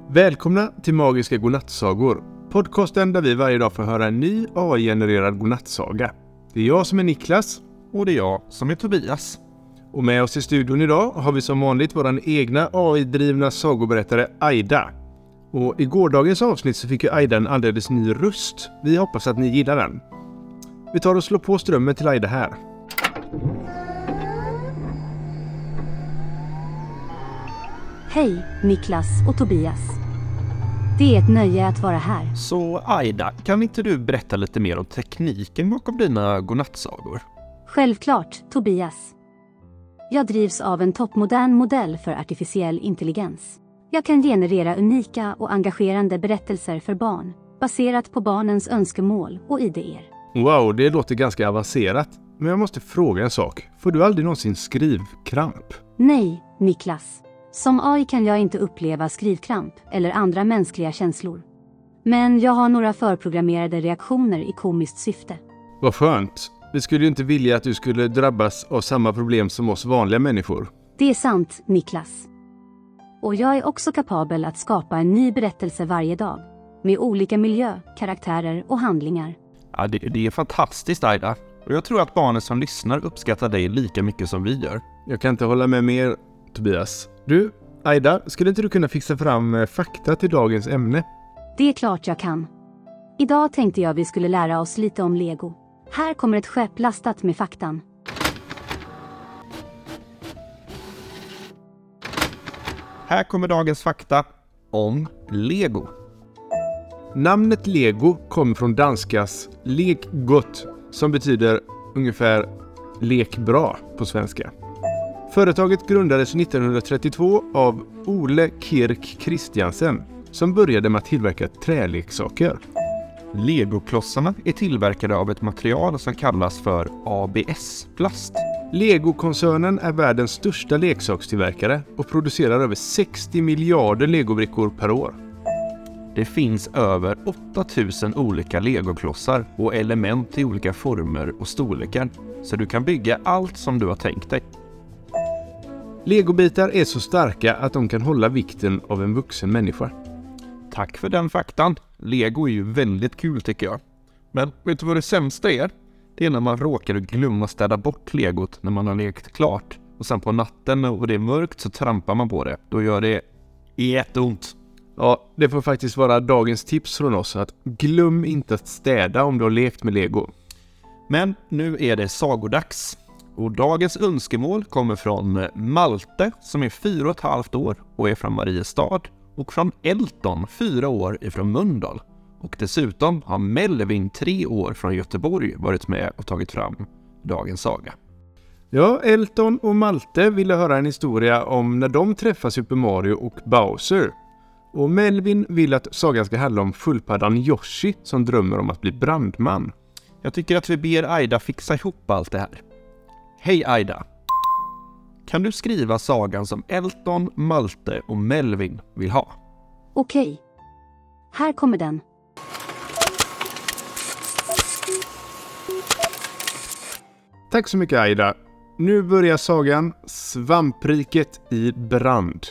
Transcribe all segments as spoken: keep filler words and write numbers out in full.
Välkomna till Magiska Godnattsagor, podcasten där vi varje dag får höra en ny A I-genererad godnattsaga. Det är jag som är Niklas. Och det är jag som är Tobias. Och med oss i studion idag har vi som vanligt vår egna A I-drivna sagoberättare Aida. Och i gårdagens avsnitt så fick ju Aida en alldeles ny röst. Vi hoppas att ni gillar den. Vi tar och slår på strömmen till Aida här. Hej, Niklas och Tobias. Det är ett nöje att vara här. Så Aida, kan inte du berätta lite mer om tekniken bakom dina godnattsagor? Självklart, Tobias. Jag drivs av en toppmodern modell för artificiell intelligens. Jag kan generera unika och engagerande berättelser för barn, baserat på barnens önskemål och idéer. Wow, det låter ganska avancerat. Men jag måste fråga en sak. Får du aldrig någonsin skrivkramp? Nej, Niklas. Som A I kan jag inte uppleva skrivkramp eller andra mänskliga känslor. Men jag har några förprogrammerade reaktioner i komiskt syfte. Vad skönt. Vi skulle ju inte vilja att du skulle drabbas av samma problem som oss vanliga människor. Det är sant, Niklas. Och jag är också kapabel att skapa en ny berättelse varje dag. Med olika miljö, karaktärer och handlingar. Ja, det, det är fantastiskt, Aida. Och jag tror att barnen som lyssnar uppskattar dig lika mycket som vi gör. Jag kan inte hålla med mer, Tobias. Du, Aida, skulle inte du kunna fixa fram fakta till dagens ämne? Det är klart jag kan. Idag tänkte jag vi skulle lära oss lite om Lego. Här kommer ett skepp lastat med faktan. Här kommer dagens fakta om Lego. Namnet Lego kommer från danskas lek godt, som betyder ungefär lek bra på svenska. Företaget grundades nittonhundratrettiotvå av Ole Kirk Christiansen som började med att tillverka träleksaker. Legoklossarna är tillverkade av ett material som kallas för A B S-plast. Lego-koncernen är världens största leksakstillverkare och producerar över sextio miljarder legobrickor per år. Det finns över åtta tusen olika legoklossar och element i olika former och storlekar, så du kan bygga allt som du har tänkt dig. Legobitar är så starka att de kan hålla vikten av en vuxen människa. Tack för den faktan. Lego är ju väldigt kul tycker jag. Men vet du vad det sämsta är? Det är när man råkar glömma städa bort legot när man har lekt klart. Och sen på natten och det är mörkt så trampar man på det. Då gör det jätteont. Ja, det får faktiskt vara dagens tips från oss. Att glöm inte att städa om du har lekt med Lego. Men nu är det sagodags. Och dagens önskemål kommer från Malte som är fyra och ett halvt år och är från Mariestad. Och från Elton, fyra år, ifrån Mölndal. Och dessutom har Melvin, tre år, från Göteborg varit med och tagit fram dagens saga. Ja, Elton och Malte ville höra en historia om när de träffar Super Mario och Bowser. Och Melvin vill att sagan ska handla om fullpaddan Yoshi som drömmer om att bli brandman. Jag tycker att vi ber Aida fixa ihop allt det här. Hej Aida! Kan du skriva sagan som Elton, Malte och Melvin vill ha? Okej. Här kommer den. Tack så mycket Aida. Nu börjar sagan Svampriket i brand.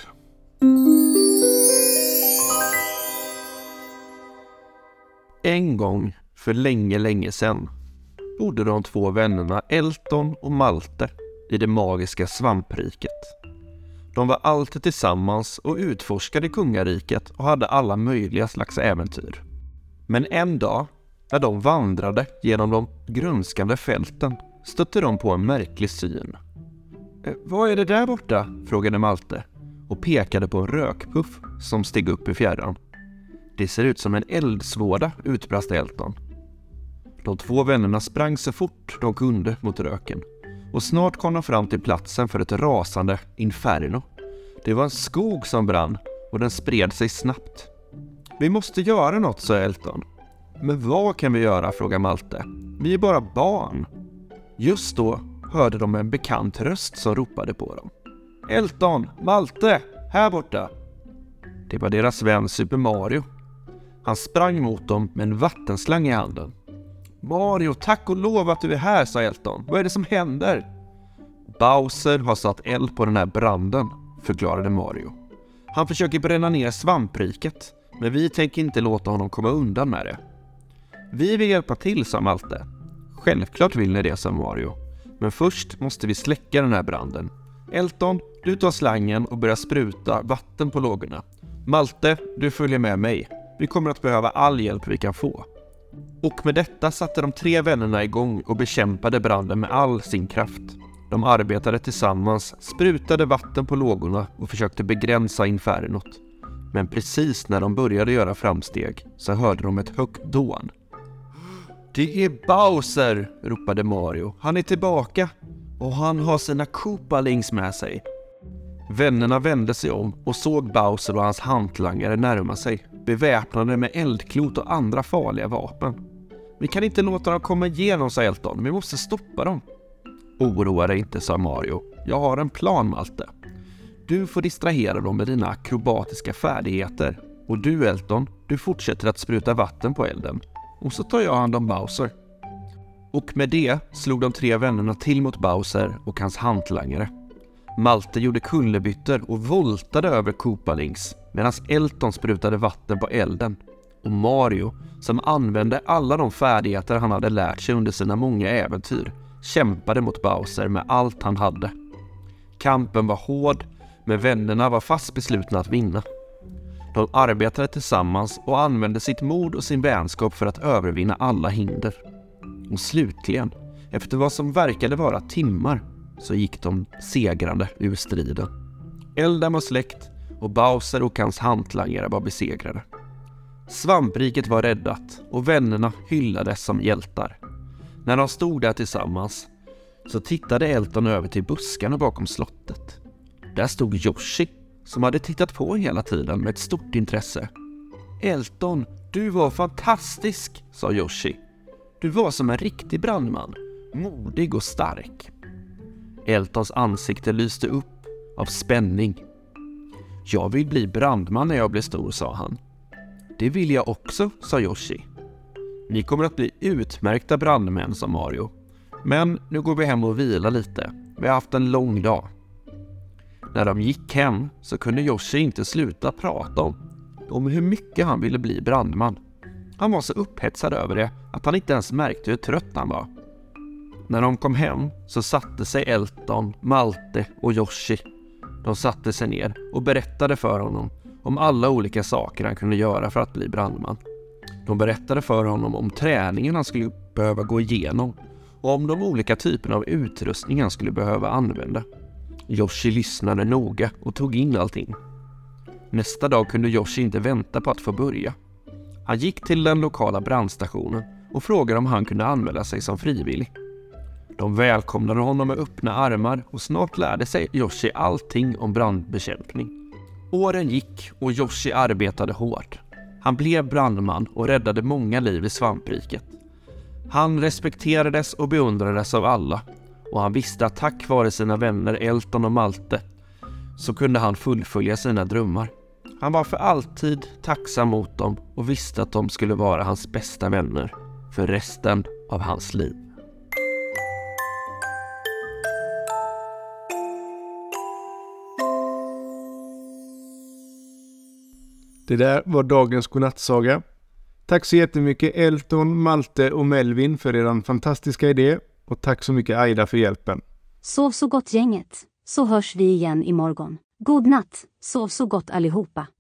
En gång för länge, länge sedan bodde de två vännerna Elton och Malte i det magiska svampriket. De var alltid tillsammans och utforskade kungariket och hade alla möjliga slags äventyr. Men en dag, när de vandrade genom de grönskande fälten, stötte de på en märklig syn. Eh, vad är det där borta? Frågade Malte och pekade på en rökpuff som steg upp i fjärran. Det ser ut som en eldsvåda, utbrast Elton. De två vännerna sprang så fort de kunde mot röken. Och snart kom de fram till platsen för ett rasande inferno. Det var en skog som brann och den spred sig snabbt. Vi måste göra något, sa Elton. Men vad kan vi göra, frågade Malte. Vi är bara barn. Just då hörde de en bekant röst som ropade på dem. Elton, Malte, här borta. Det var deras vän Super Mario. Han sprang mot dem med en vattenslang i handen. Mario, tack och lov att du är här, sa Elton. Vad är det som händer? Bowser har satt eld på den här branden, förklarade Mario. Han försöker bränna ner svampriket, men vi tänker inte låta honom komma undan med det. Vi vill hjälpa till, sa Malte. Självklart vill ni det, sa Mario. Men först måste vi släcka den här branden. Elton, du tar slangen och börjar spruta vatten på lågorna. Malte, du följer med mig. Vi kommer att behöva all hjälp vi kan få. Och med detta satte de tre vännerna igång och bekämpade branden med all sin kraft. De arbetade tillsammans, sprutade vatten på lågorna och försökte begränsa infernot. Men precis när de började göra framsteg så hörde de ett högt dån. Det är Bowser, ropade Mario. Han är tillbaka och han har sina Koopalings med sig. Vännerna vände sig om och såg Bowser och hans hantlangare närma sig, beväpnade med eldklot och andra farliga vapen. Vi kan inte låta dem komma igenom, sa Elton. Vi måste stoppa dem. Oroa dig inte, sa Mario. Jag har en plan, Malte. Du får distrahera dem med dina akrobatiska färdigheter. Och du, Elton, du fortsätter att spruta vatten på elden. Och så tar jag hand om Bowser. Och med det slog de tre vännerna till mot Bowser och hans hantlangare. Malte gjorde kullerbyttor och voltade över Koopalings medan Elton sprutade vatten på elden. Och Mario, som använde alla de färdigheter han hade lärt sig under sina många äventyr, kämpade mot Bowser med allt han hade. Kampen var hård, men vännerna var fast beslutna att vinna. De arbetade tillsammans och använde sitt mod och sin vänskap för att övervinna alla hinder. Och slutligen, efter vad som verkade vara timmar, så gick de segrande ur striden. Elden var släckt och Bowser och hans hantlangare var besegrade. Svampriket var räddat och vännerna hyllades som hjältar. När de stod där tillsammans så tittade Elton över till buskarna bakom slottet. Där stod Yoshi, som hade tittat på hela tiden med ett stort intresse. Elton, du var fantastisk, sa Yoshi. Du var som en riktig brandman, modig och stark. Eltons ansikte lyste upp av spänning. Jag vill bli brandman när jag blir stor, sa han. Det vill jag också, sa Yoshi. Ni kommer att bli utmärkta brandmän, sa Mario. Men nu går vi hem och vila lite. Vi har haft en lång dag. När de gick hem så kunde Yoshi inte sluta prata om, om hur mycket han ville bli brandman. Han var så upphetsad över det att han inte ens märkte hur trött han var. När de kom hem så satte sig Elton, Malte och Yoshi. De satte sig ner och berättade för honom om alla olika saker han kunde göra för att bli brandman. De berättade för honom om träningen han skulle behöva gå igenom och om de olika typerna av utrustning han skulle behöva använda. Yoshi lyssnade noga och tog in allting. Nästa dag kunde Yoshi inte vänta på att få börja. Han gick till den lokala brandstationen och frågade om han kunde anmäla sig som frivillig. De välkomnade honom med öppna armar och snart lärde sig Yoshi allting om brandbekämpning. Åren gick och Yoshi arbetade hårt. Han blev brandman och räddade många liv i svampriket. Han respekterades och beundrades av alla och han visste att tack vare sina vänner Elton och Malte så kunde han fullfölja sina drömmar. Han var för alltid tacksam mot dem och visste att de skulle vara hans bästa vänner för resten av hans liv. Det där var dagens godnattsaga. Tack så jättemycket Elton, Malte och Melvin för er fantastiska idé. Och tack så mycket Aida för hjälpen. Sov så gott gänget, så hörs vi igen imorgon. God natt, sov så gott allihopa.